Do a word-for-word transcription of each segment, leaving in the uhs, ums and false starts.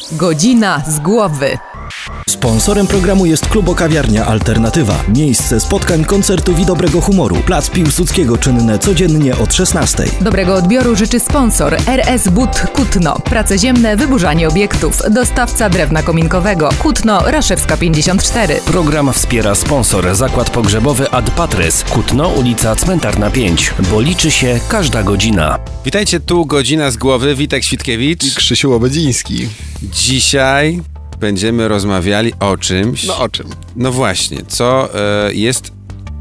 Godzina z głowy. Sponsorem programu jest Klubo-Kawiarnia Alternatywa. Miejsce spotkań, koncertów i dobrego humoru. Plac Piłsudskiego, czynne codziennie od szesnastej. Dobrego odbioru życzy sponsor R S But Kutno. Prace ziemne, wyburzanie obiektów. Dostawca drewna kominkowego. Kutno, Raszewska pięćdziesiąt cztery. Program wspiera sponsor Zakład Pogrzebowy Ad Patres. Kutno, ulica Cmentarna pięć. Bo liczy się każda godzina. Witajcie, tu Godzina z głowy. Witek Świtkiewicz i Krzysiu Łobodziński. Dzisiaj będziemy rozmawiali o czymś. No o czym? No właśnie, co e, jest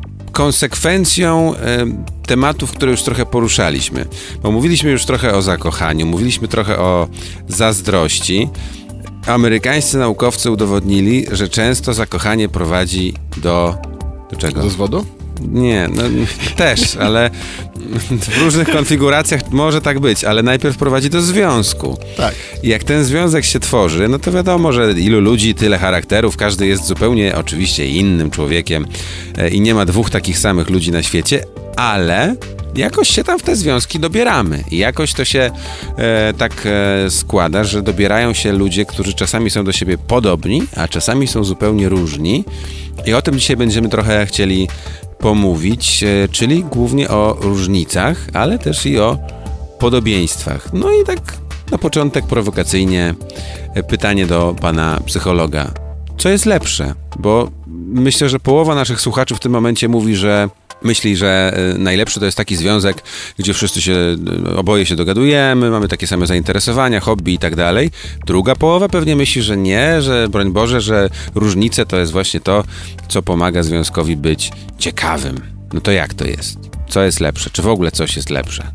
konsekwencją e, tematów, które już trochę poruszaliśmy. Bo mówiliśmy już trochę o zakochaniu, mówiliśmy trochę o zazdrości. Amerykańscy naukowcy udowodnili, że często zakochanie prowadzi do... Do czego? Do zwodu? Nie, no też, ale w różnych konfiguracjach może tak być, ale najpierw prowadzi do związku. Tak. I jak ten związek się tworzy, no to wiadomo, że ilu ludzi, tyle charakterów, każdy jest zupełnie oczywiście innym człowiekiem e, i nie ma dwóch takich samych ludzi na świecie, ale jakoś się tam w te związki dobieramy i jakoś to się e, tak e, składa, że dobierają się ludzie, którzy czasami są do siebie podobni, a czasami są zupełnie różni i o tym dzisiaj będziemy trochę chcieli pomówić, e, czyli głównie o różnicach, ale też i o podobieństwach. No i tak na początek prowokacyjnie e, pytanie do pana psychologa. Co jest lepsze? Bo myślę, że połowa naszych słuchaczy w tym momencie mówi, że myśli, że najlepszy to jest taki związek, gdzie wszyscy się, oboje się dogadujemy, mamy takie same zainteresowania, hobby i tak dalej. Druga połowa pewnie myśli, że nie, że broń Boże, że różnice to jest właśnie to, co pomaga związkowi być ciekawym. No to jak to jest? Co jest lepsze? Czy w ogóle coś jest lepsze?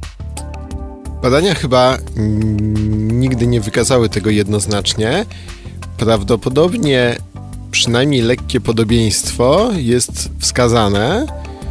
Badania chyba mm, nigdy nie wykazały tego jednoznacznie. Prawdopodobnie przynajmniej lekkie podobieństwo jest wskazane,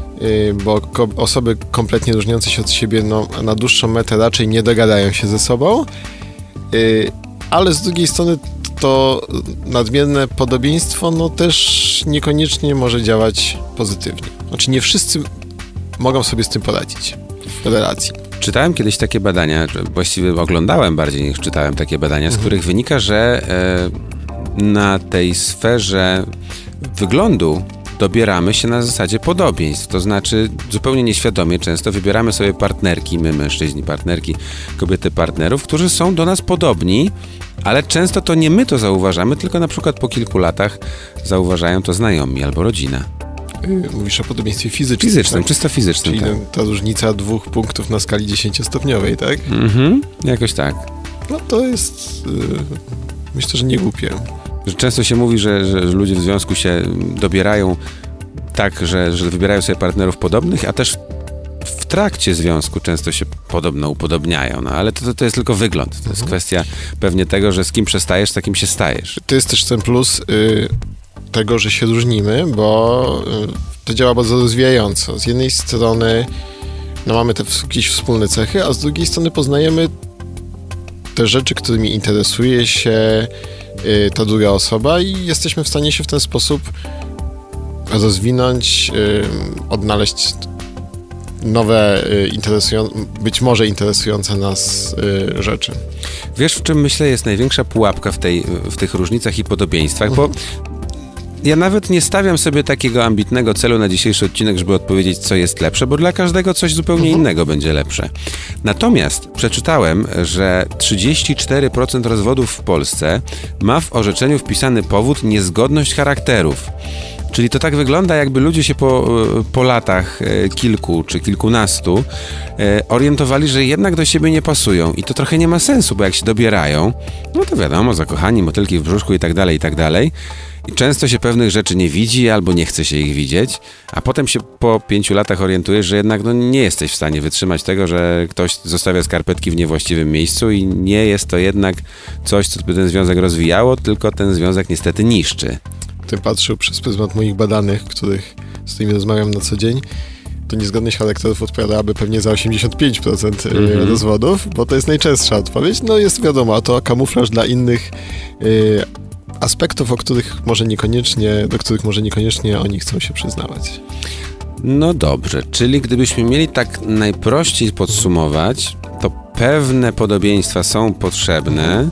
bo ko- osoby kompletnie różniące się od siebie no, na dłuższą metę raczej nie dogadają się ze sobą, yy, ale z drugiej strony to nadmierne podobieństwo no też niekoniecznie może działać pozytywnie. Znaczy nie wszyscy mogą sobie z tym poradzić w relacji. Czytałem kiedyś takie badania, właściwie oglądałem bardziej niż czytałem takie badania, z mhm. których wynika, że e, na tej sferze wyglądu dobieramy się na zasadzie podobieństw, to znaczy zupełnie nieświadomie często wybieramy sobie partnerki, my mężczyźni partnerki, kobiety partnerów, którzy są do nas podobni, ale często to nie my to zauważamy, tylko na przykład po kilku latach zauważają to znajomi albo rodzina. Mówisz o podobieństwie fizycznym. Fizycznym, tak? czysto fizycznym. Czyli tak. ta różnica dwóch punktów na skali dziesięciostopniowej, tak? Mhm, jakoś tak. No to jest, yy, myślę, że nie głupie. Że często się mówi, że, że ludzie w związku się dobierają tak, że, że wybierają sobie partnerów podobnych, a też w trakcie związku często się podobno upodobniają, no ale to, to jest tylko wygląd. To jest mhm. kwestia pewnie tego, że z kim przestajesz, z takim się stajesz. To jest też ten plus y, tego, że się różnimy, bo y, to działa bardzo rozwijająco. Z jednej strony no, mamy te jakieś wspólne cechy, a z drugiej strony poznajemy te rzeczy, którymi interesuje się ta druga osoba i jesteśmy w stanie się w ten sposób rozwinąć, odnaleźć nowe, interesują- być może interesujące nas rzeczy. Wiesz, w czym myślę jest największa pułapka w, tej, w tych różnicach i podobieństwach, bo ja nawet nie stawiam sobie takiego ambitnego celu na dzisiejszy odcinek, żeby odpowiedzieć, co jest lepsze, bo dla każdego coś zupełnie uh-huh. innego będzie lepsze. Natomiast przeczytałem, że trzydzieści cztery procent rozwodów w Polsce ma w orzeczeniu wpisany powód niezgodność charakterów. Czyli to tak wygląda, jakby ludzie się po, po latach kilku czy kilkunastu orientowali, że jednak do siebie nie pasują. I to trochę nie ma sensu, bo jak się dobierają, no to wiadomo, zakochani, motylki w brzuszku i tak dalej, i tak dalej. I często się pewnych rzeczy nie widzi albo nie chce się ich widzieć, a potem się po pięciu latach orientujesz, że jednak no, nie jesteś w stanie wytrzymać tego, że ktoś zostawia skarpetki w niewłaściwym miejscu i nie jest to jednak coś, co by ten związek rozwijało, tylko ten związek niestety niszczy. Gdybym patrzył przez pryzmat moich badanych, których, z którymi rozmawiam na co dzień, to niezgodność charakterów odpowiadałaby pewnie za osiemdziesiąt pięć procent mm-hmm. rozwodów, bo to jest najczęstsza odpowiedź. No jest wiadomo, a to kamuflaż dla innych yy, aspektów, o których może niekoniecznie, do których może niekoniecznie oni chcą się przyznawać. No dobrze, czyli gdybyśmy mieli tak najprościej podsumować, to pewne podobieństwa są potrzebne,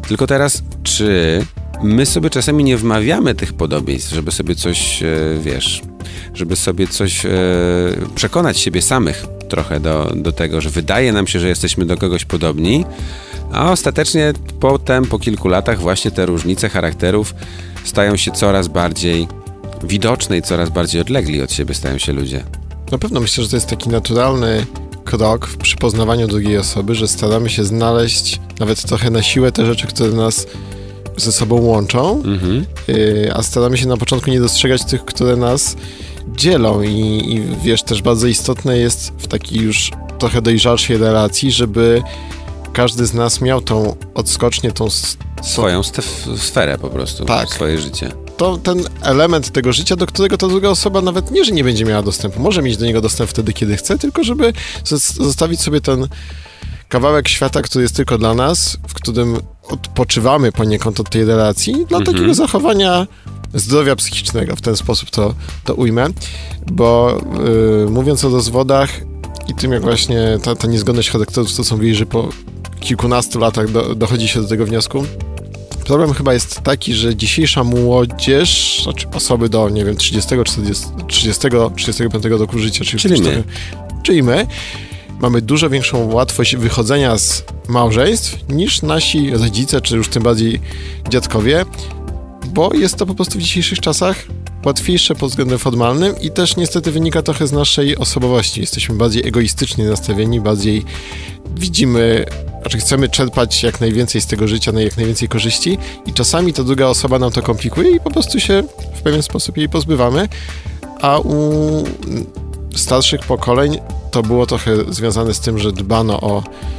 Tylko teraz, czy my sobie czasami nie wmawiamy tych podobieństw, żeby sobie coś, e, wiesz, żeby sobie coś e, przekonać siebie samych trochę do, do tego, że wydaje nam się, że jesteśmy do kogoś podobni, a ostatecznie potem, po kilku latach właśnie te różnice charakterów stają się coraz bardziej widoczne i coraz bardziej odlegli od siebie stają się ludzie. Na pewno myślę, że to jest taki naturalny krok przy poznawaniu drugiej osoby, że staramy się znaleźć nawet trochę na siłę te rzeczy, które nas ze sobą łączą, mhm. y, a staramy się na początku nie dostrzegać tych, które nas dzielą i, i wiesz, też bardzo istotne jest w takiej już trochę dojrzalszej relacji, żeby każdy z nas miał tą odskocznię, tą... Swoją stef- sferę po prostu, tak. Swoje życie. To ten element tego życia, do którego ta druga osoba nawet nie, że nie będzie miała dostępu, może mieć do niego dostęp wtedy, kiedy chce, tylko żeby zostawić sobie ten kawałek świata, który jest tylko dla nas, w którym odpoczywamy poniekąd od tej relacji, dla mhm. takiego zachowania zdrowia psychicznego, w ten sposób to, to ujmę, bo yy, mówiąc o rozwodach i tym, jak właśnie ta, ta niezgodność charakterów stosowuje, że po kilkunastu latach do, dochodzi się do tego wniosku. Problem chyba jest taki, że dzisiejsza młodzież, znaczy osoby do, nie wiem, trzydziestego, czterdziestego, trzydziestego, trzydziestego piątego roku życia, czyli, czyli my. Czyli my, mamy dużo większą łatwość wychodzenia z małżeństw niż nasi rodzice, czy już tym bardziej dziadkowie, bo jest to po prostu w dzisiejszych czasach łatwiejsze pod względem formalnym i też niestety wynika trochę z naszej osobowości. Jesteśmy bardziej egoistycznie nastawieni, bardziej widzimy, znaczy chcemy czerpać jak najwięcej z tego życia, jak najwięcej korzyści i czasami ta druga osoba nam to komplikuje i po prostu się w pewien sposób jej pozbywamy, a u starszych pokoleń to było trochę związane z tym, że dbano o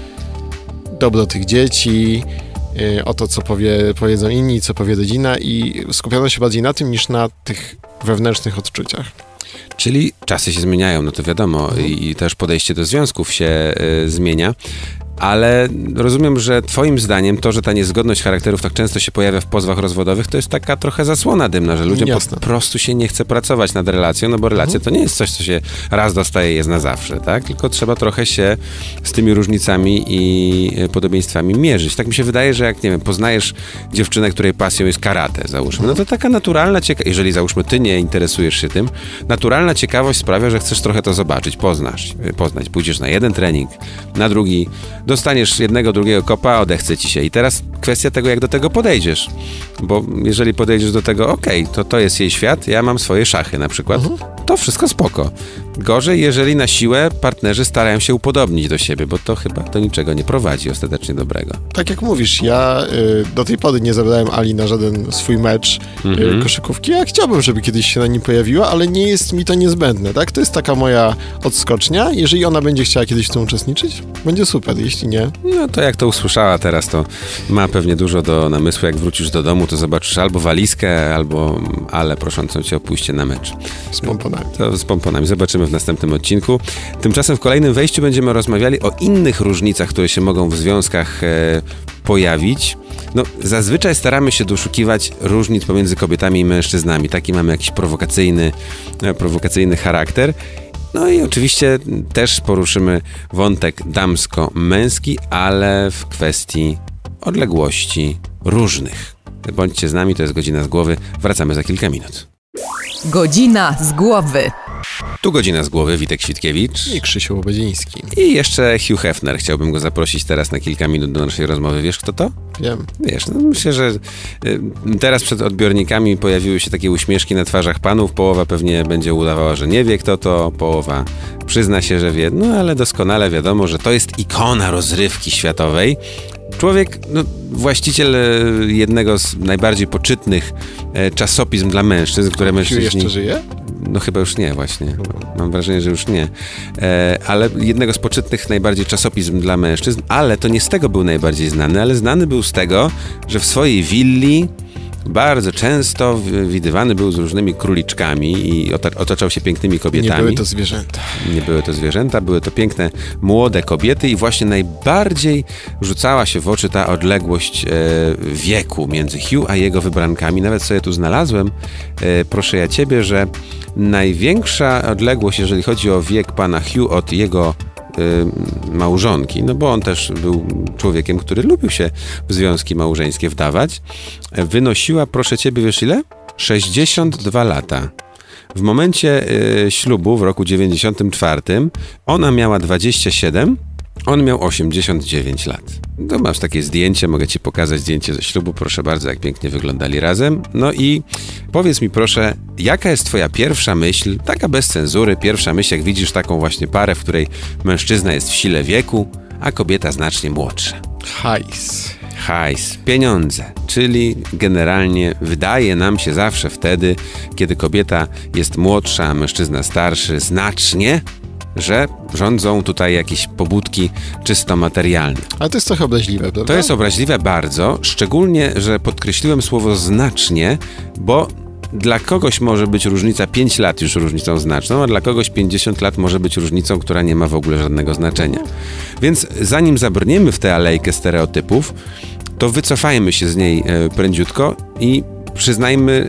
dobro tych dzieci, o to, co powie, powiedzą inni, co powie rodzina i skupiano się bardziej na tym, niż na tych wewnętrznych odczuciach. Czyli czasy się zmieniają, no to wiadomo, mhm. i, i też podejście do związków się y, zmienia, ale rozumiem, że twoim zdaniem to, że ta niezgodność charakterów tak często się pojawia w pozwach rozwodowych, to jest taka trochę zasłona dymna, że ludziom Jasne. po prostu się nie chce pracować nad relacją, no bo relacja mhm. to nie jest coś, co się raz dostaje, jest na zawsze, tak? Tylko trzeba trochę się z tymi różnicami i podobieństwami mierzyć. Tak mi się wydaje, że jak, nie wiem, poznajesz dziewczynę, której pasją jest karate, załóżmy, no to taka naturalna ciekawość, jeżeli załóżmy ty nie interesujesz się tym, naturalna ciekawość sprawia, że chcesz trochę to zobaczyć, poznasz, poznać, pójdziesz na jeden trening, na drugi, dostaniesz jednego, drugiego kopa, odechce ci się. I teraz kwestia tego, jak do tego podejdziesz. Bo jeżeli podejdziesz do tego, okej, okay, to to jest jej świat, ja mam swoje szachy na przykład, uh-huh. to wszystko spoko. Gorzej, jeżeli na siłę partnerzy starają się upodobnić do siebie, bo to chyba do niczego nie prowadzi ostatecznie dobrego. Tak jak mówisz, ja y, do tej pory nie zabrałem Ali na żaden swój mecz mm-hmm. y, koszykówki. Ja chciałbym, żeby kiedyś się na nim pojawiła, ale nie jest mi to niezbędne, tak? To jest taka moja odskocznia. Jeżeli ona będzie chciała kiedyś w tym uczestniczyć, będzie super. Jeśli nie... No to jak to usłyszała teraz, to ma pewnie dużo do namysłu. Jak wrócisz do domu, to zobaczysz albo walizkę, albo Ale proszącą cię o pójście na mecz. Z pomponami. To z pomponami. Zobaczymy w następnym odcinku. Tymczasem w kolejnym wejściu będziemy rozmawiali o innych różnicach, które się mogą w związkach e, pojawić. No, zazwyczaj staramy się doszukiwać różnic pomiędzy kobietami i mężczyznami. Taki mamy jakiś prowokacyjny, e, prowokacyjny charakter. No i oczywiście też poruszymy wątek damsko-męski, ale w kwestii odległości różnych. Bądźcie z nami, to jest Godzina z Głowy. Wracamy za kilka minut. Godzina z Głowy. Tu Godzina z Głowy, Witek Świtkiewicz i Krzysiu Łobodziński. I jeszcze Hugh Hefner. Chciałbym go zaprosić teraz na kilka minut do naszej rozmowy. Wiesz, kto to? Wiem. Wiesz, no myślę, że y, teraz przed odbiornikami pojawiły się takie uśmieszki na twarzach panów. Połowa pewnie będzie udawała, że nie wie, kto to. Połowa przyzna się, że wie. No ale doskonale wiadomo, że to jest ikona rozrywki światowej. Człowiek, no, właściciel jednego z najbardziej poczytnych e, czasopism dla mężczyzn, które mężczyźni... jeszcze żyje? No chyba już nie właśnie. Mam wrażenie, że już nie. E, ale jednego z poczytnych najbardziej czasopism dla mężczyzn, ale to nie z tego był najbardziej znany, ale znany był z tego, że w swojej willi bardzo często widywany był z różnymi króliczkami i otaczał się pięknymi kobietami. Nie były to zwierzęta. Nie były to zwierzęta, były to piękne, młode kobiety i właśnie najbardziej rzucała się w oczy ta odległość e, wieku między Hugh a jego wybrankami. Nawet sobie tu znalazłem, e, proszę ja ciebie, że największa odległość, jeżeli chodzi o wiek pana Hugh od jego y, małżonki, no bo on też był człowiekiem, który lubił się w związki małżeńskie wdawać, wynosiła, proszę ciebie, wiesz ile? sześćdziesiąt dwa lata. W momencie y, ślubu w roku dziewięćdziesiątym czwartym ona miała dwadzieścia siedem, on miał osiemdziesiąt dziewięć lat. To masz takie zdjęcie, mogę ci pokazać zdjęcie ze ślubu, proszę bardzo, jak pięknie wyglądali razem. No i powiedz mi proszę, jaka jest twoja pierwsza myśl, taka bez cenzury, pierwsza myśl, jak widzisz taką właśnie parę, w której mężczyzna jest w sile wieku, a kobieta znacznie młodsza? Hajs. Hajs, pieniądze, czyli generalnie wydaje nam się zawsze wtedy, kiedy kobieta jest młodsza, a mężczyzna starszy znacznie, że rządzą tutaj jakieś pobudki czysto materialne. Ale to jest trochę obraźliwe, prawda? To jest obraźliwe bardzo, szczególnie, że podkreśliłem słowo znacznie, bo dla kogoś może być różnica pięć lat już różnicą znaczną, a dla kogoś pięćdziesiąt lat może być różnicą, która nie ma w ogóle żadnego znaczenia. Więc zanim zabrniemy w tę alejkę stereotypów, to wycofajmy się z niej e, prędziutko i przyznajmy,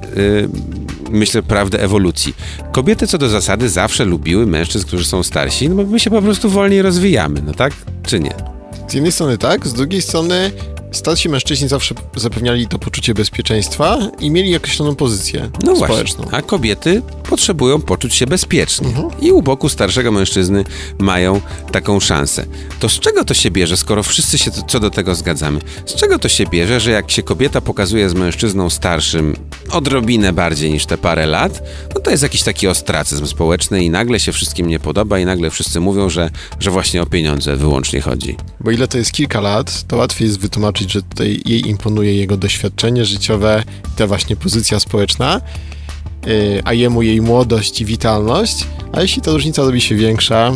e, myślę, prawdę ewolucji. Kobiety co do zasady zawsze lubiły mężczyzn, którzy są starsi, no bo my się po prostu wolniej rozwijamy, no tak? Czy nie? Z jednej strony tak, z drugiej strony starsi mężczyźni zawsze zapewniali to poczucie bezpieczeństwa i mieli określoną pozycję no społeczną. Właśnie, a kobiety potrzebują poczuć się bezpiecznie. Mhm. I u boku starszego mężczyzny mają taką szansę. To z czego to się bierze, skoro wszyscy się co do tego zgadzamy? Z czego to się bierze, że jak się kobieta pokazuje z mężczyzną starszym odrobinę bardziej niż te parę lat, no to jest jakiś taki ostracyzm społeczny i nagle się wszystkim nie podoba i nagle wszyscy mówią, że, że właśnie o pieniądze wyłącznie chodzi. Bo ile to jest kilka lat, to łatwiej jest wytłumaczyć, że tutaj jej imponuje jego doświadczenie życiowe, ta właśnie pozycja społeczna, yy, a jemu jej młodość i witalność, a jeśli ta różnica robi się większa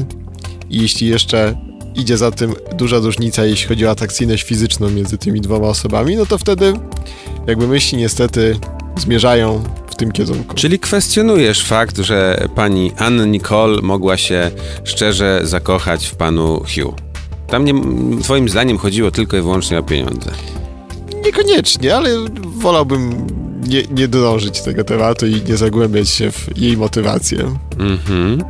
i jeśli jeszcze idzie za tym duża różnica, jeśli chodzi o atrakcyjność fizyczną między tymi dwoma osobami, no to wtedy jakby myśli niestety zmierzają w tym kierunku. Czyli kwestionujesz fakt, że pani Anne Nicole mogła się szczerze zakochać w panu Hugh. Tam nie, twoim zdaniem chodziło tylko i wyłącznie o pieniądze. Niekoniecznie, ale wolałbym nie, nie drążyć tego tematu i nie zagłębiać się w jej motywację. Mhm.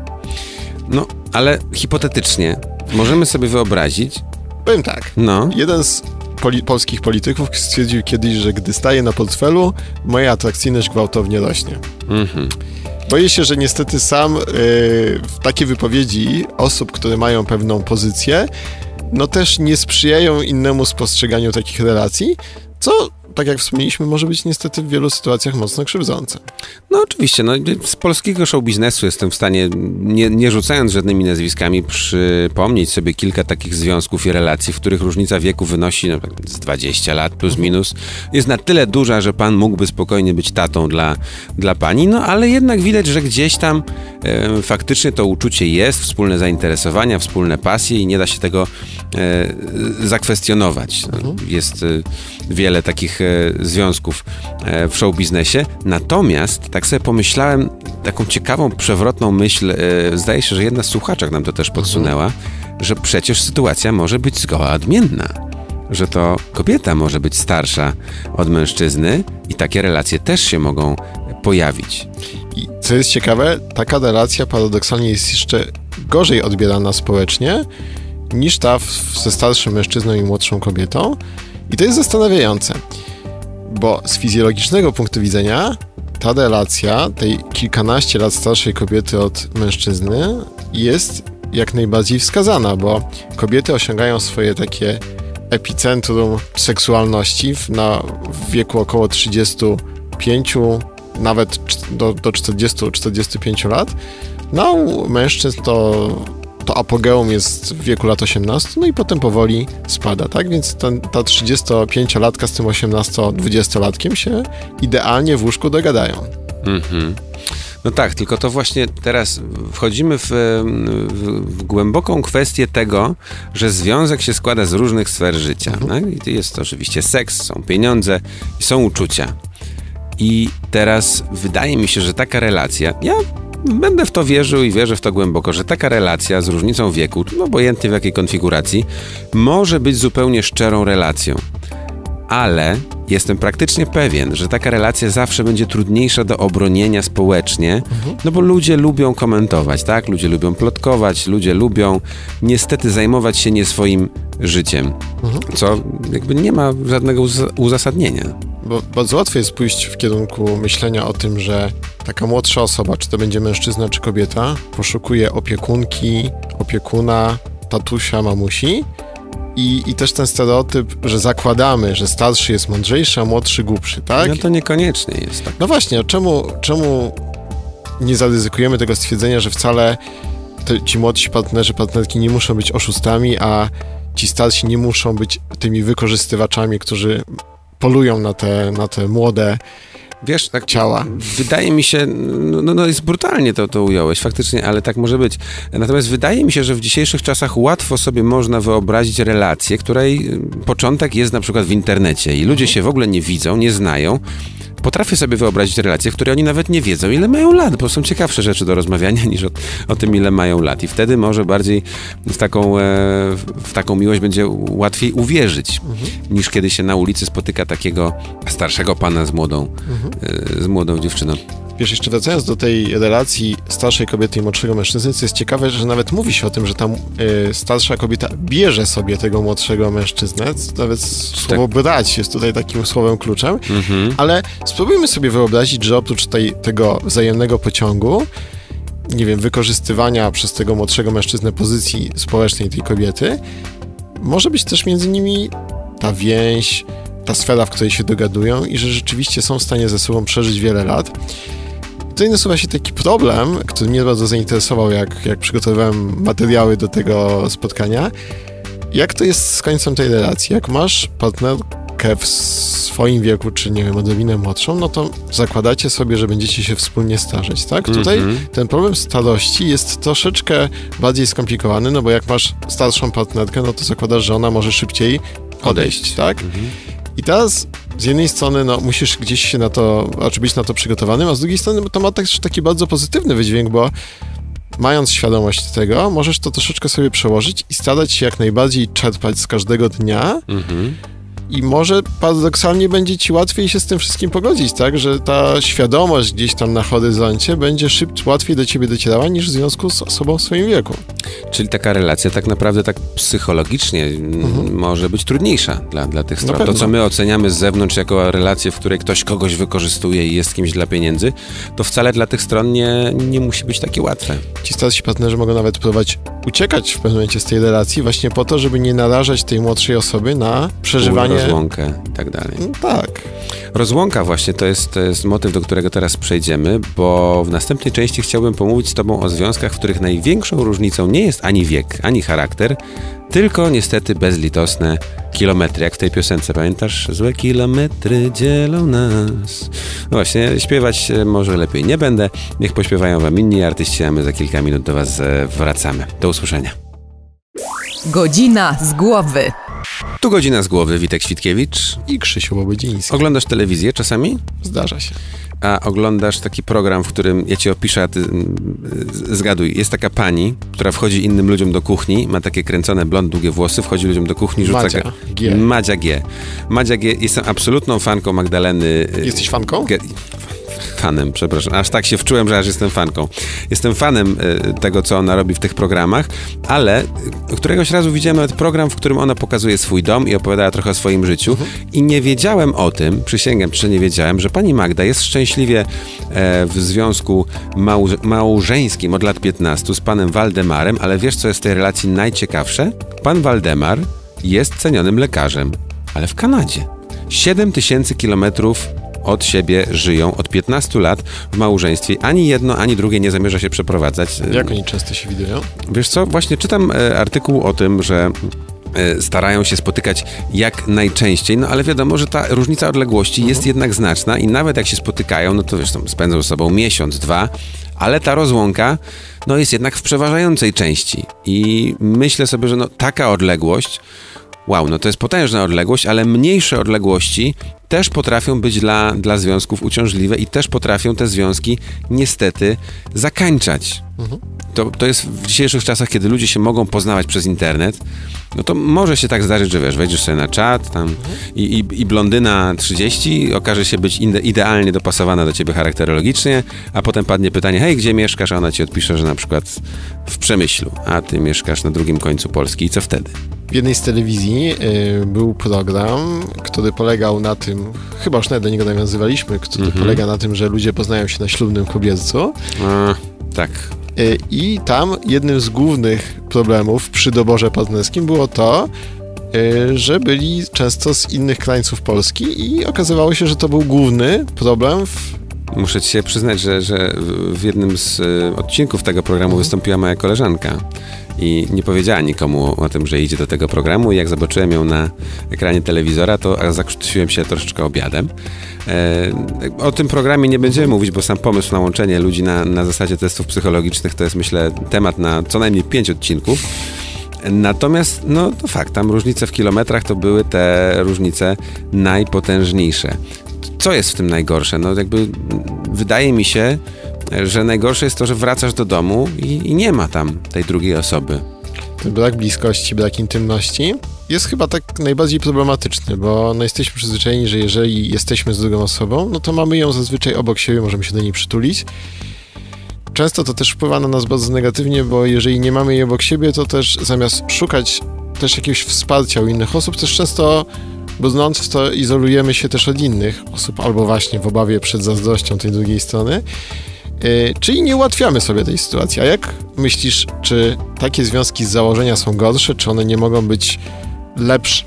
No, ale hipotetycznie możemy sobie wyobrazić... Powiem tak, no. jeden z poli- polskich polityków stwierdził kiedyś, że gdy staję na portfelu, moja atrakcyjność gwałtownie rośnie. Mhm. Boję się, że niestety sam yy, w takie wypowiedzi osób, które mają pewną pozycję, no też nie sprzyjają innemu spostrzeganiu takich relacji, co, tak jak wspomnieliśmy, może być niestety w wielu sytuacjach mocno krzywdzące. No oczywiście, no, z polskiego show biznesu jestem w stanie, nie, nie rzucając żadnymi nazwiskami, przypomnieć sobie kilka takich związków i relacji, w których różnica wieku wynosi no, z dwadzieścia lat plus minus. Jest na tyle duża, że pan mógłby spokojnie być tatą dla, dla pani, no ale jednak widać, że gdzieś tam e, faktycznie to uczucie jest, wspólne zainteresowania, wspólne pasje i nie da się tego e, zakwestionować. No, jest e, wiele takich e, związków e, w show biznesie, natomiast tak sobie pomyślałem, taką ciekawą, przewrotną myśl, e, zdaje się, że jedna z słuchaczek nam to też podsunęła, mhm. że przecież sytuacja może być zgoła odmienna. Że to kobieta może być starsza od mężczyzny i takie relacje też się mogą pojawić. I co jest ciekawe, taka relacja paradoksalnie jest jeszcze gorzej odbierana społecznie niż ta w, ze starszym mężczyzną i młodszą kobietą. I to jest zastanawiające, bo z fizjologicznego punktu widzenia ta relacja tej kilkanaście lat starszej kobiety od mężczyzny jest jak najbardziej wskazana, bo kobiety osiągają swoje takie epicentrum seksualności w, na, w wieku około trzydziestu pięciu, nawet do, do czterdziestu czterdziestu pięciu lat. No, u mężczyzn to, to apogeum jest w wieku lat osiemnastu, no i potem powoli spada, tak? Więc ten, ta trzydziestopięciolatka z tym osiemnasto-dwudziestolatkiem się idealnie w łóżku dogadają. Mhm. No tak, tylko to właśnie teraz wchodzimy w, w, w głęboką kwestię tego, że związek się składa z różnych sfer życia. Mhm. Tak? I jest to oczywiście seks, są pieniądze i są uczucia. I teraz wydaje mi się, że taka relacja, ja będę w to wierzył i wierzę w to głęboko, że taka relacja z różnicą wieku, no obojętnie w jakiej konfiguracji, może być zupełnie szczerą relacją. Ale jestem praktycznie pewien, że taka relacja zawsze będzie trudniejsza do obronienia społecznie, mhm. no bo ludzie lubią komentować, tak? Ludzie lubią plotkować, ludzie lubią niestety zajmować się nie swoim życiem, mhm. co jakby nie ma żadnego uz- uzasadnienia. Bo bardzo łatwo jest pójść w kierunku myślenia o tym, że taka młodsza osoba, czy to będzie mężczyzna, czy kobieta, poszukuje opiekunki, opiekuna, tatusia, mamusi i, i też ten stereotyp, że zakładamy, że starszy jest mądrzejszy, a młodszy głupszy, tak? No to niekoniecznie jest tak. No właśnie, czemu, czemu nie zaryzykujemy tego stwierdzenia, że wcale te, ci młodsi partnerzy, partnerki nie muszą być oszustami, a ci starsi nie muszą być tymi wykorzystywaczami, którzy polują na te, na te młode Wiesz, tak ciała. Wydaje mi się, no, no jest brutalnie to, to ująłeś, faktycznie, ale tak może być. Natomiast wydaje mi się, że w dzisiejszych czasach łatwo sobie można wyobrazić relację, której początek jest na przykład w internecie i ludzie się w ogóle nie widzą, nie znają. Potrafię sobie wyobrazić relacje, w której oni nawet nie wiedzą, ile mają lat, bo są ciekawsze rzeczy do rozmawiania niż o, o tym, ile mają lat. I wtedy może bardziej w taką, e, w taką miłość będzie łatwiej uwierzyć, mhm. niż kiedy się na ulicy spotyka takiego starszego pana z młodą, mhm. e, z młodą dziewczyną. Wiesz, jeszcze wracając do tej relacji starszej kobiety i młodszego mężczyzny, co jest ciekawe, że nawet mówi się o tym, że ta y, starsza kobieta bierze sobie tego młodszego mężczyznę, nawet słowo tak. brać jest tutaj takim słowem kluczem, mhm. ale spróbujmy sobie wyobrazić, że oprócz tej, tego wzajemnego pociągu, nie wiem, wykorzystywania przez tego młodszego mężczyznę pozycji społecznej tej kobiety, może być też między nimi ta więź, ta sfera, w której się dogadują i że rzeczywiście są w stanie ze sobą przeżyć wiele lat. Tutaj nasuwa się taki problem, który mnie bardzo zainteresował, jak, jak przygotowywałem materiały do tego spotkania. Jak to jest z końcem tej relacji? Jak masz partnerkę w swoim wieku, czy nie wiem, odrobinę młodszą, no to zakładacie sobie, że będziecie się wspólnie starzeć, tak? Mm-hmm. Tutaj ten problem starości jest troszeczkę bardziej skomplikowany, no bo jak masz starszą partnerkę, no to zakładasz, że ona może szybciej odejść, odejść. tak? Mm-hmm. I teraz z jednej strony no, musisz gdzieś się na to, znaczy być na to przygotowanym, a z drugiej strony to ma też taki bardzo pozytywny wydźwięk, bo mając świadomość tego, możesz to troszeczkę sobie przełożyć i starać się jak najbardziej czerpać z każdego dnia mhm. i może paradoksalnie będzie ci łatwiej się z tym wszystkim pogodzić, tak? Że ta świadomość gdzieś tam na horyzoncie będzie szybciej, łatwiej do ciebie docierała niż w związku z osobą w swoim wieku. Czyli taka relacja tak naprawdę tak psychologicznie mhm. może być trudniejsza dla, dla tych stron. To, co my oceniamy z zewnątrz jako relację, w której ktoś kogoś wykorzystuje i jest kimś dla pieniędzy, to wcale dla tych stron nie, nie musi być takie łatwe. Ci starsi partnerzy mogą nawet próbować uciekać w pewnym momencie z tej relacji właśnie po to, żeby nie narażać tej młodszej osoby na przeżywanie... rozłąkę i tak dalej. No, tak. Rozłąka właśnie to jest, to jest motyw, do którego teraz przejdziemy, bo w następnej części chciałbym pomówić z tobą o związkach, w których największą różnicą nie jest ani wiek, ani charakter, tylko niestety bezlitosne kilometry, jak w tej piosence, pamiętasz? Złe kilometry dzielą nas. No właśnie, śpiewać może lepiej nie będę, niech pośpiewają wam inni artyści, a my za kilka minut do was wracamy. Do usłyszenia. Godzina z głowy. Tu Godzina z głowy, Witek Świtkiewicz i Krzysiu Łobodziński. Oglądasz telewizję czasami? Zdarza się. A oglądasz taki program, w którym ja ci opiszę, a ty zgaduj. Jest taka pani, która wchodzi innym ludziom do kuchni, ma takie kręcone blond, długie włosy, wchodzi ludziom do kuchni, rzuca... Madzia G. Madzia G. Madzia G. Jestem absolutną fanką Magdaleny... Jesteś fanką? G... Fanem, przepraszam. Aż tak się wczułem, że aż jestem fanką. Jestem fanem y, tego, co ona robi w tych programach, ale y, któregoś razu widziałem nawet program, w którym ona pokazuje swój dom i opowiadała trochę o swoim życiu mhm. i nie wiedziałem o tym, przysięgam, czy nie wiedziałem, że pani Magda jest szczęśliwie e, w związku małże- małżeńskim od lat piętnastu z panem Waldemarem, ale wiesz, co jest w tej relacji najciekawsze? Pan Waldemar jest cenionym lekarzem, ale w Kanadzie. siedem tysięcy kilometrów od siebie żyją od piętnastu lat w małżeństwie. Ani jedno, ani drugie nie zamierza się przeprowadzać. Jak oni często się widują? Wiesz co, właśnie czytam e, artykuł o tym, że e, starają się spotykać jak najczęściej, no ale wiadomo, że ta różnica odległości mhm. jest jednak znaczna i nawet jak się spotykają, no to wiesz, tam spędzą ze sobą miesiąc, dwa, ale ta rozłąka no jest jednak w przeważającej części i myślę sobie, że no taka odległość wow, no to jest potężna odległość, ale mniejsze odległości też potrafią być dla, dla związków uciążliwe i też potrafią te związki niestety zakańczać. Mhm. To, to jest w dzisiejszych czasach, kiedy ludzie się mogą poznawać przez internet, no to może się tak zdarzyć, że wiesz, wejdziesz sobie na czat tam mhm. i, i, i blondyna trzydzieści okaże się być ide, idealnie dopasowana do ciebie charakterologicznie, a potem padnie pytanie, hej, gdzie mieszkasz? A ona ci odpisze, że na przykład w Przemyślu, a ty mieszkasz na drugim końcu Polski i co wtedy? W jednej z telewizji y, był program, który polegał na tym, chyba już nawet do niego nawiązywaliśmy, który mhm. polega na tym, że ludzie poznają się na ślubnym kobiercu. A, tak. Y, I tam jednym z głównych problemów przy doborze partnerskim było to, y, że byli często z innych krańców Polski i okazywało się, że to był główny problem w Muszę ci się przyznać, że, że w jednym z y, odcinków tego programu mhm. wystąpiła moja koleżanka i nie powiedziała nikomu o tym, że idzie do tego programu i jak zobaczyłem ją na ekranie telewizora, to zakrztusiłem się troszeczkę obiadem. E, o tym programie nie będziemy mhm. mówić, bo sam pomysł na łączenie ludzi na, na zasadzie testów psychologicznych to jest, myślę, temat na co najmniej pięć odcinków. Natomiast, no to fakt, tam różnice w kilometrach to były te różnice najpotężniejsze. Co jest w tym najgorsze? No jakby wydaje mi się, że najgorsze jest to, że wracasz do domu i, i nie ma tam tej drugiej osoby. Ten brak bliskości, brak intymności jest chyba tak najbardziej problematyczny, bo no jesteśmy przyzwyczajeni, że jeżeli jesteśmy z drugą osobą, no to mamy ją zazwyczaj obok siebie, możemy się do niej przytulić. Często to też wpływa na nas bardzo negatywnie, bo jeżeli nie mamy jej obok siebie, to też zamiast szukać też jakiegoś wsparcia u innych osób, też często budząc to izolujemy się też od innych osób, albo właśnie w obawie przed zazdrością tej drugiej strony. Yy, czyli nie ułatwiamy sobie tej sytuacji. A jak myślisz, czy takie związki z założenia są gorsze, czy one nie mogą być lepsze?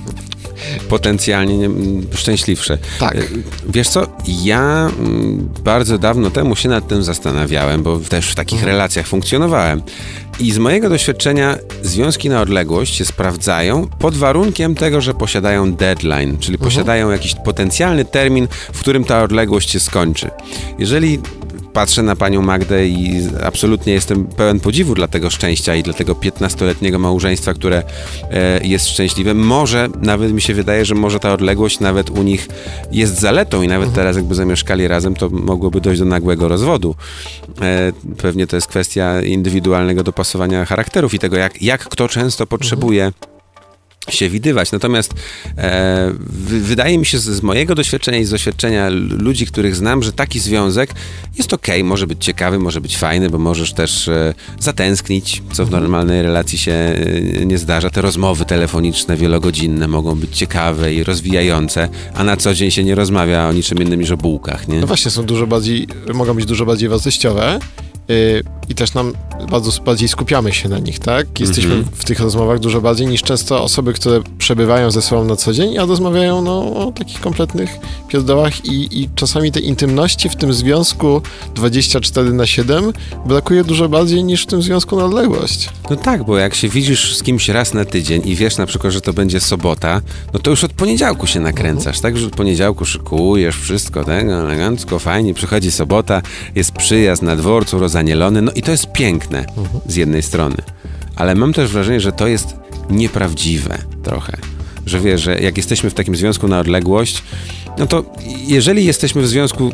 Potencjalnie nie, szczęśliwsze. Tak. Wiesz co, ja bardzo dawno temu się nad tym zastanawiałem, bo też w takich mhm. relacjach funkcjonowałem. I z mojego doświadczenia związki na odległość się sprawdzają pod warunkiem tego, że posiadają deadline, czyli mhm. posiadają jakiś potencjalny termin, w którym ta odległość się skończy. Jeżeli patrzę na panią Magdę i absolutnie jestem pełen podziwu dla tego szczęścia i dla tego piętnastoletniego małżeństwa, które e, jest szczęśliwe. Może, nawet mi się wydaje, że może ta odległość nawet u nich jest zaletą i nawet mhm. teraz jakby zamieszkali razem, to mogłoby dojść do nagłego rozwodu. E, pewnie to jest kwestia indywidualnego dopasowania charakterów i tego, jak, jak kto często potrzebuje mhm. się widywać. Natomiast e, w, wydaje mi się z, z mojego doświadczenia i z doświadczenia ludzi, których znam, że taki związek jest okej, okay, może być ciekawy, może być fajny, bo możesz też e, zatęsknić, co w normalnej relacji się e, nie zdarza. Te rozmowy telefoniczne, wielogodzinne mogą być ciekawe i rozwijające, a na co dzień się nie rozmawia o niczym innym niż o bułkach, nie? No właśnie, są dużo bardziej, mogą być dużo bardziej wartościowe. Yy, i też nam bardzo bardziej skupiamy się na nich, tak? Jesteśmy mm-hmm. w tych rozmowach dużo bardziej niż często osoby, które przebywają ze sobą na co dzień, a rozmawiają no, o takich kompletnych pierdołach i, i czasami tej intymności w tym związku dwadzieścia cztery na siedem brakuje dużo bardziej niż w tym związku na odległość. No tak, bo jak się widzisz z kimś raz na tydzień i wiesz na przykład, że to będzie sobota, no to już od poniedziałku się nakręcasz, mm-hmm. tak? Że od poniedziałku szykujesz wszystko, tak? Elegancko, fajnie, przychodzi sobota, jest przyjazd na dworcu, rozanielony, no i to jest piękne mhm. z jednej strony, ale mam też wrażenie, że to jest nieprawdziwe trochę, że wiesz, że jak jesteśmy w takim związku na odległość, no to jeżeli jesteśmy w związku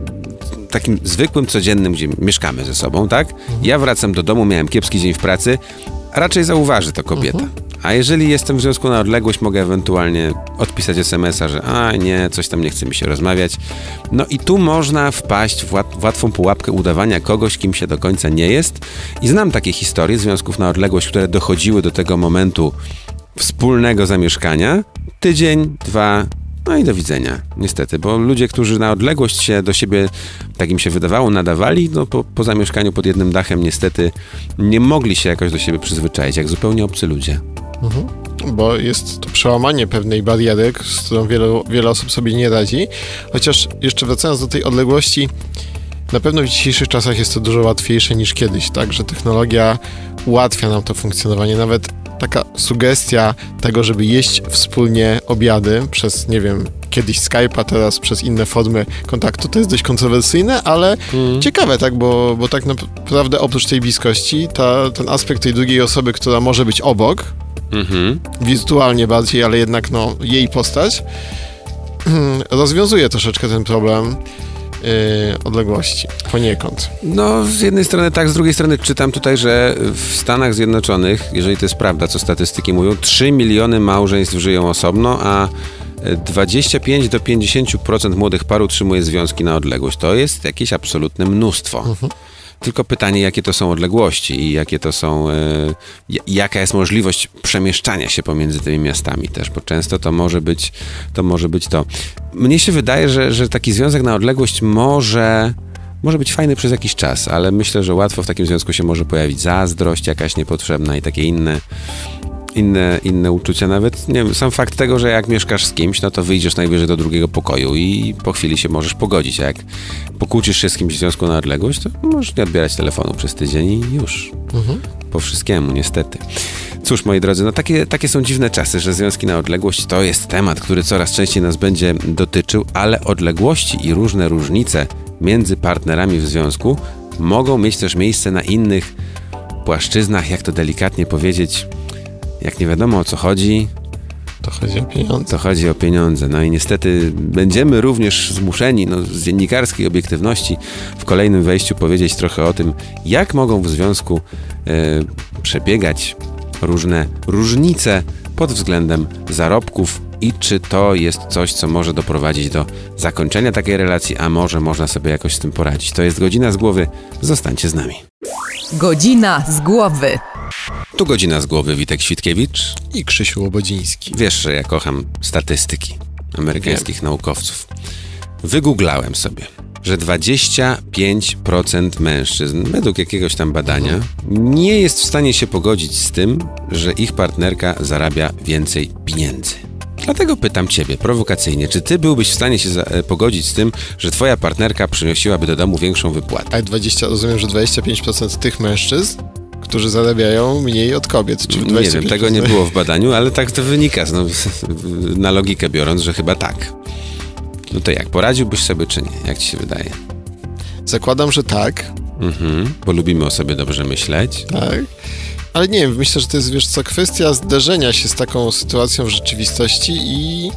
takim zwykłym, codziennym, gdzie mieszkamy ze sobą, tak? Mhm. Ja wracam do domu, miałem kiepski dzień w pracy, raczej zauważy to kobieta. Mhm. A jeżeli jestem w związku na odległość, mogę ewentualnie odpisać es em es a, że a nie, coś tam nie chce mi się rozmawiać. No i tu można wpaść w, łat, w łatwą pułapkę udawania kogoś, kim się do końca nie jest. I znam takie historie związków na odległość, które dochodziły do tego momentu wspólnego zamieszkania. Tydzień, dwa, no i do widzenia. Niestety, bo ludzie, którzy na odległość się do siebie, tak im się wydawało, nadawali, no po, po zamieszkaniu pod jednym dachem niestety nie mogli się jakoś do siebie przyzwyczaić, jak zupełnie obcy ludzie. Mhm. Bo jest to przełamanie pewnej bariery, z którą wiele, wiele osób sobie nie radzi. Chociaż jeszcze wracając do tej odległości, na pewno w dzisiejszych czasach jest to dużo łatwiejsze niż kiedyś, tak? Że technologia ułatwia nam to funkcjonowanie. Nawet taka sugestia tego, żeby jeść wspólnie obiady przez, nie wiem, kiedyś Skype'a, teraz przez inne formy kontaktu, to jest dość kontrowersyjne, ale mm. ciekawe, tak? Bo, bo tak naprawdę oprócz tej bliskości, ta, ten aspekt tej drugiej osoby, która może być obok, mhm. wirtualnie bardziej, ale jednak no, jej postać rozwiązuje troszeczkę ten problem yy, odległości, poniekąd. No, z jednej strony tak, z drugiej strony czytam tutaj, że w Stanach Zjednoczonych, jeżeli to jest prawda, co statystyki mówią, trzy miliony małżeństw żyją osobno, a dwadzieścia pięć do pięćdziesięciu procent młodych par utrzymuje związki na odległość. To jest jakieś absolutne mnóstwo. Mhm. Tylko pytanie, jakie to są odległości i jakie to są, yy, jaka jest możliwość przemieszczania się pomiędzy tymi miastami też, bo często to może być to. Może być to. Mnie się wydaje, że, że taki związek na odległość może, może być fajny przez jakiś czas, ale myślę, że łatwo w takim związku się może pojawić zazdrość jakaś niepotrzebna i takie inne Inne, inne uczucia nawet. Nie wiem, sam fakt tego, że jak mieszkasz z kimś, no to wyjdziesz najwyżej do drugiego pokoju i po chwili się możesz pogodzić. A jak pokłócisz się z kimś w związku na odległość, to możesz nie odbierać telefonu przez tydzień i już. Mhm. Po wszystkiemu, niestety. Cóż, moi drodzy, no takie, takie są dziwne czasy, że związki na odległość to jest temat, który coraz częściej nas będzie dotyczył, ale odległości i różne różnice między partnerami w związku mogą mieć też miejsce na innych płaszczyznach, jak to delikatnie powiedzieć. Jak nie wiadomo o co chodzi, to chodzi o pieniądze. To chodzi o pieniądze. No i niestety będziemy również zmuszeni no, z dziennikarskiej obiektywności w kolejnym wejściu powiedzieć trochę o tym, jak mogą w związku e, przebiegać różne różnice pod względem zarobków i czy to jest coś, co może doprowadzić do zakończenia takiej relacji, a może można sobie jakoś z tym poradzić. To jest Godzina z Głowy. Zostańcie z nami. Godzina z Głowy. Tu Godzina z Głowy, Witek Świtkiewicz i Krzysiu Łobodziński. Wiesz, że ja kocham statystyki amerykańskich Wiem. naukowców. Wygooglałem sobie, że dwadzieścia pięć procent mężczyzn, według jakiegoś tam badania, mhm. nie jest w stanie się pogodzić z tym, że ich partnerka zarabia więcej pieniędzy. Dlatego pytam ciebie prowokacyjnie, czy ty byłbyś w stanie się za- pogodzić z tym, że twoja partnerka przynosiłaby do domu większą wypłatę? A dwadzieścia, rozumiem, że dwadzieścia pięć procent tych mężczyzn, którzy zarabiają mniej od kobiet. Czy nie wiem, tego nie było w badaniu, ale tak to wynika, no, na logikę biorąc, że chyba tak. No to jak, poradziłbyś sobie czy nie? Jak ci się wydaje? Zakładam, że tak. Mhm, bo lubimy o sobie dobrze myśleć. Tak. Ale nie wiem, myślę, że to jest, wiesz co, kwestia zderzenia się z taką sytuacją w rzeczywistości i,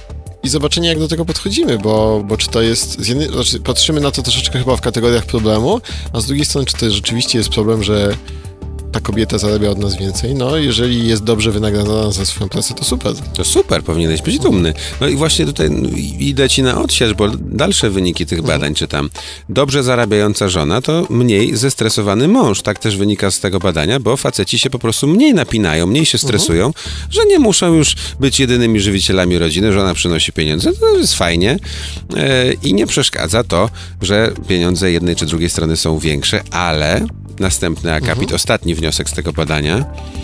i zobaczenia, jak do tego podchodzimy, bo, bo czy to jest, z jednej, znaczy patrzymy na to troszeczkę chyba w kategoriach problemu, a z drugiej strony, czy to rzeczywiście jest problem, że ta kobieta zarabia od nas więcej. No, jeżeli jest dobrze wynagradzana za swoją pracę, to super. To super, powinieneś być dumny. No i właśnie tutaj idę ci na odsiać, bo dalsze wyniki tych badań czytam. Dobrze zarabiająca żona to mniej zestresowany mąż. Tak też wynika z tego badania, bo faceci się po prostu mniej napinają, mniej się stresują, uh-huh. że nie muszą już być jedynymi żywicielami rodziny. Żona przynosi pieniądze, to jest fajnie yy, i nie przeszkadza to, że pieniądze jednej czy drugiej strony są większe, ale następny akapit, mhm. ostatni wniosek z tego badania.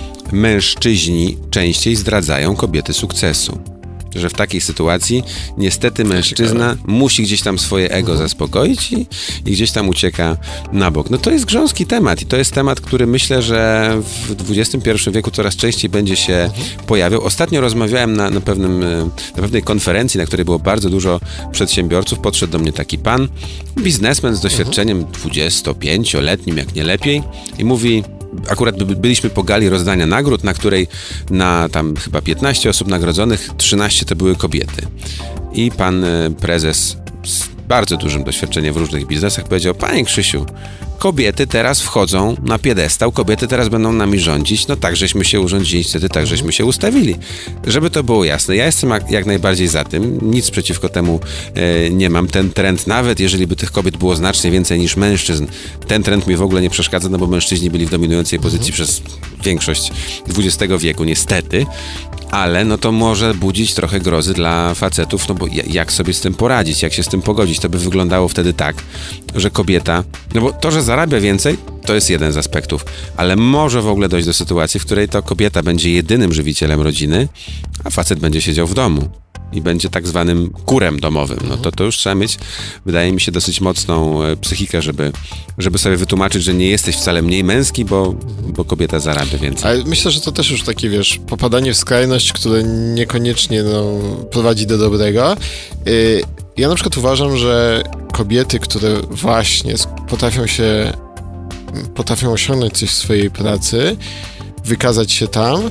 Mężczyźni częściej zdradzają kobiety sukcesu. Że w takiej sytuacji niestety mężczyzna musi gdzieś tam swoje ego mhm. zaspokoić i, i gdzieś tam ucieka na bok. No to jest grząski temat i to jest temat, który myślę, że w dwudziestym pierwszym wieku coraz częściej będzie się mhm. pojawiał. Ostatnio rozmawiałem na, na, pewnym, na pewnej konferencji, na której było bardzo dużo przedsiębiorców. Podszedł do mnie taki pan, biznesmen z doświadczeniem dwudziestopięcioletnim, jak nie lepiej, i mówi... Akurat byliśmy po gali rozdania nagród, na której na tam chyba piętnaście osób nagrodzonych, trzynaście to były kobiety. I pan prezes z bardzo dużym doświadczeniem w różnych biznesach powiedział: panie Krzysiu, kobiety teraz wchodzą na piedestał, kobiety teraz będą nami rządzić, no tak żeśmy się urządzili, wtedy tak żeśmy się ustawili. Żeby to było jasne, ja jestem jak najbardziej za tym, nic przeciwko temu e, nie mam. Ten trend, nawet jeżeli by tych kobiet było znacznie więcej niż mężczyzn, ten trend mi w ogóle nie przeszkadza, no bo mężczyźni byli w dominującej pozycji mhm. przez większość dwudziestego wieku, niestety. Ale no to może budzić trochę grozy dla facetów, no bo jak sobie z tym poradzić, jak się z tym pogodzić? To by wyglądało wtedy tak, że kobieta, no bo to, że zarabia więcej, to jest jeden z aspektów, ale może w ogóle dojść do sytuacji, w której to kobieta będzie jedynym żywicielem rodziny, a facet będzie siedział w domu i będzie tak zwanym kurem domowym. No to, to już trzeba mieć, wydaje mi się, dosyć mocną e, psychikę, żeby, żeby sobie wytłumaczyć, że nie jesteś wcale mniej męski, bo, bo kobieta zarabia więcej. Ale myślę, że to też już takie, wiesz, popadanie w skrajność, które niekoniecznie no, prowadzi do dobrego. Yy, ja na przykład uważam, że kobiety, które właśnie potrafią się, potrafią osiągnąć coś w swojej pracy, wykazać się tam,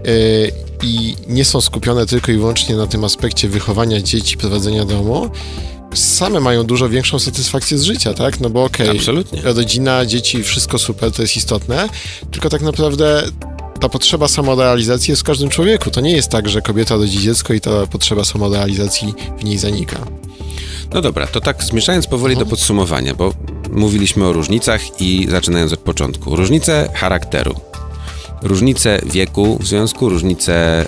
yy, i nie są skupione tylko i wyłącznie na tym aspekcie wychowania dzieci, prowadzenia domu, same mają dużo większą satysfakcję z życia, tak? No bo okej, Absolutnie. rodzina, dzieci, wszystko super, to jest istotne, tylko tak naprawdę ta potrzeba samorealizacji jest w każdym człowieku. To nie jest tak, że kobieta rodzi dziecko i ta potrzeba samorealizacji w niej zanika. No dobra, to tak zmierzając powoli do podsumowania, bo mówiliśmy o różnicach i zaczynając od początku. Różnice charakteru, różnice wieku w związku, różnice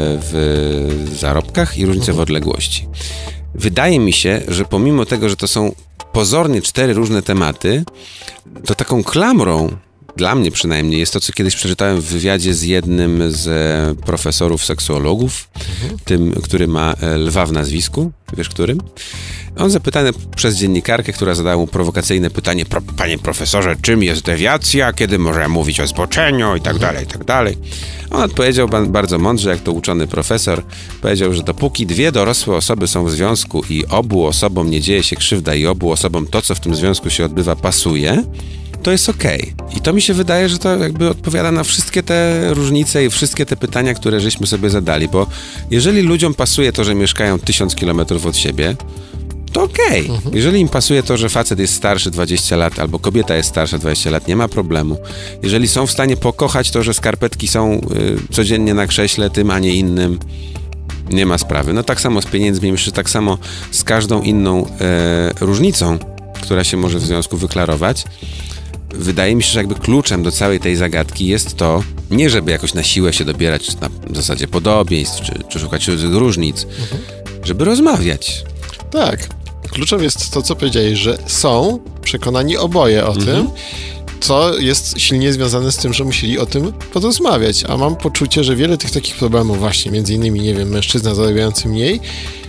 w zarobkach i różnice w odległości. Wydaje mi się, że pomimo tego, że to są pozornie cztery różne tematy, to taką klamrą, dla mnie przynajmniej, jest to, co kiedyś przeczytałem w wywiadzie z jednym z profesorów seksuologów, mhm. tym, który ma lwa w nazwisku, wiesz którym? On zapytany przez dziennikarkę, która zadała mu prowokacyjne pytanie: Pro, panie profesorze, czym jest dewiacja, kiedy możemy mówić o zboczeniu i tak mhm. dalej, i tak dalej. On odpowiedział bardzo mądrze, jak to uczony profesor, powiedział, że dopóki dwie dorosłe osoby są w związku i obu osobom nie dzieje się krzywda i obu osobom to, co w tym związku się odbywa, pasuje, to jest okej. Okay. I to mi się wydaje, że to jakby odpowiada na wszystkie te różnice i wszystkie te pytania, które żeśmy sobie zadali, bo jeżeli ludziom pasuje to, że mieszkają tysiąc kilometrów od siebie, to okej. Okay. Mhm. Jeżeli im pasuje to, że facet jest starszy dwadzieścia lat albo kobieta jest starsza dwadzieścia lat, nie ma problemu. Jeżeli są w stanie pokochać to, że skarpetki są y, codziennie na krześle tym, a nie innym, nie ma sprawy. No tak samo z pieniędzmi, myślę, że tak samo z każdą inną y, różnicą, która się może w związku wyklarować. Wydaje mi się, że jakby kluczem do całej tej zagadki jest to, nie żeby jakoś na siłę się dobierać na zasadzie podobieństw, czy, czy szukać różnic, mhm. żeby rozmawiać. Tak. Kluczem jest to, co powiedziałeś, że są przekonani oboje o mhm. tym, co jest silnie związane z tym, że musieli o tym porozmawiać. A mam poczucie, że wiele tych takich problemów właśnie, między innymi, nie wiem, mężczyzna zarabiający mniej,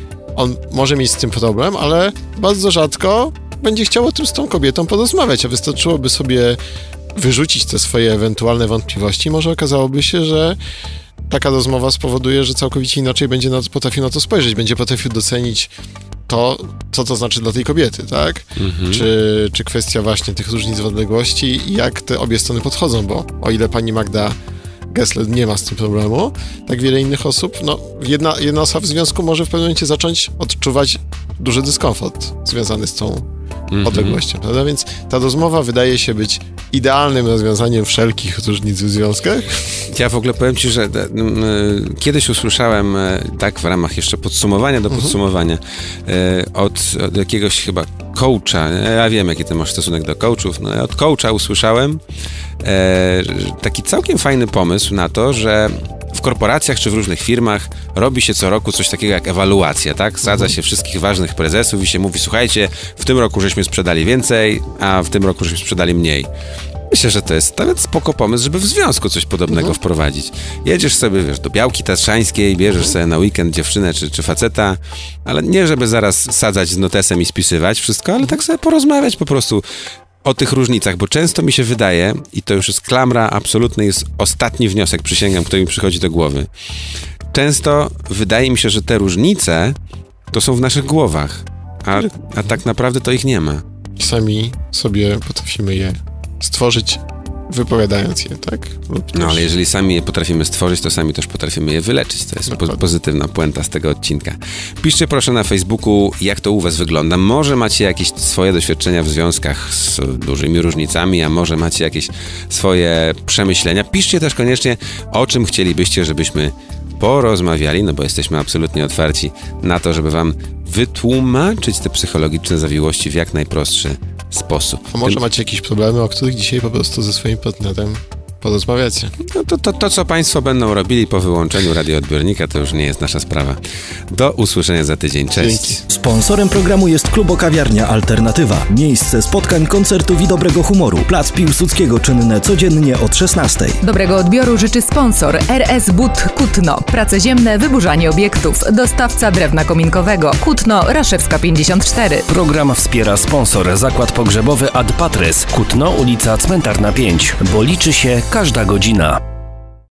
on może mieć z tym problem, ale bardzo rzadko będzie chciał o tym z tą kobietą porozmawiać, a wystarczyłoby sobie wyrzucić te swoje ewentualne wątpliwości. Może okazałoby się, że taka rozmowa spowoduje, że całkowicie inaczej będzie na to, potrafił na to spojrzeć, będzie potrafił docenić to, co to znaczy dla tej kobiety, tak? Mhm. Czy, czy kwestia właśnie tych różnic w odległości i jak te obie strony podchodzą, bo o ile pani Magda Gessler nie ma z tym problemu, tak wiele innych osób, no jedna, jedna osoba w związku może w pewnym momencie zacząć odczuwać duży dyskomfort związany z tą mm-hmm. odległością, prawda? Więc ta rozmowa wydaje się być idealnym rozwiązaniem wszelkich różnic w związkach. Ja w ogóle powiem ci, że d- m, kiedyś usłyszałem, tak w ramach jeszcze podsumowania do mm-hmm. podsumowania, e, od, od jakiegoś chyba coacha, ja wiem, jaki ty masz stosunek do coachów, no od coacha usłyszałem e, taki całkiem fajny pomysł na to, że w korporacjach czy w różnych firmach robi się co roku coś takiego jak ewaluacja, tak? Sadza się wszystkich ważnych prezesów i się mówi: słuchajcie, w tym roku żeśmy sprzedali więcej, a w tym roku żeśmy sprzedali mniej. Myślę, że to jest nawet spoko pomysł, żeby w związku coś podobnego mhm. wprowadzić. Jedziesz sobie, wiesz, do Białki Tatrzańskiej, bierzesz mhm. sobie na weekend dziewczynę czy, czy faceta, ale nie żeby zaraz sadzać z notesem i spisywać wszystko, ale tak sobie porozmawiać po prostu o tych różnicach, bo często mi się wydaje, i to już jest klamra, absolutny jest ostatni wniosek, przysięgam, który mi przychodzi do głowy. Często wydaje mi się, że te różnice to są w naszych głowach, a, a tak naprawdę to ich nie ma. Sami sobie potrafimy je stworzyć, wypowiadając je, tak? Lub no, ale jeżeli sami je potrafimy stworzyć, to sami też potrafimy je wyleczyć. To jest po- pozytywna puenta z tego odcinka. Piszcie proszę na Facebooku, jak to u was wygląda. Może macie jakieś swoje doświadczenia w związkach z dużymi różnicami, a może macie jakieś swoje przemyślenia. Piszcie też koniecznie, o czym chcielibyście, żebyśmy porozmawiali, no bo jesteśmy absolutnie otwarci na to, żeby wam wytłumaczyć te psychologiczne zawiłości w jak najprostszy sposób. A może Tym... macie jakieś problemy, o których dzisiaj po prostu ze swoim partnerem porozmawiacie? No to, to, to, co państwo będą robili po wyłączeniu radioodbiornika, to już nie jest nasza sprawa. Do usłyszenia za tydzień. Cześć. Dzięki. Sponsorem programu jest Klubokawiarnia Alternatywa. Miejsce spotkań, koncertów i dobrego humoru. Plac Piłsudskiego czynne codziennie od szesnastej. Dobrego odbioru życzy sponsor R S But Kutno. Prace ziemne, wyburzanie obiektów. Dostawca drewna kominkowego. Kutno, Raszewska pięćdziesiąt cztery. Program wspiera sponsor Zakład Pogrzebowy Ad Patres. Kutno, ulica Cmentarna pięć. Bo liczy się każda godzina.